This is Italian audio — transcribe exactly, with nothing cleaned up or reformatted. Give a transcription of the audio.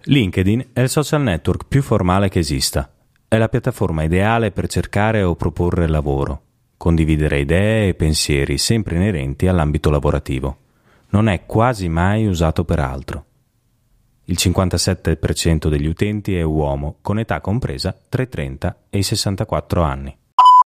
LinkedIn è il social network più formale che esista. È la piattaforma ideale per cercare o proporre lavoro, condividere idee e pensieri sempre inerenti all'ambito lavorativo. Non è quasi mai usato per altro. Il cinquantasette per cento degli utenti è uomo con età compresa tra i trenta e i sessantaquattro anni.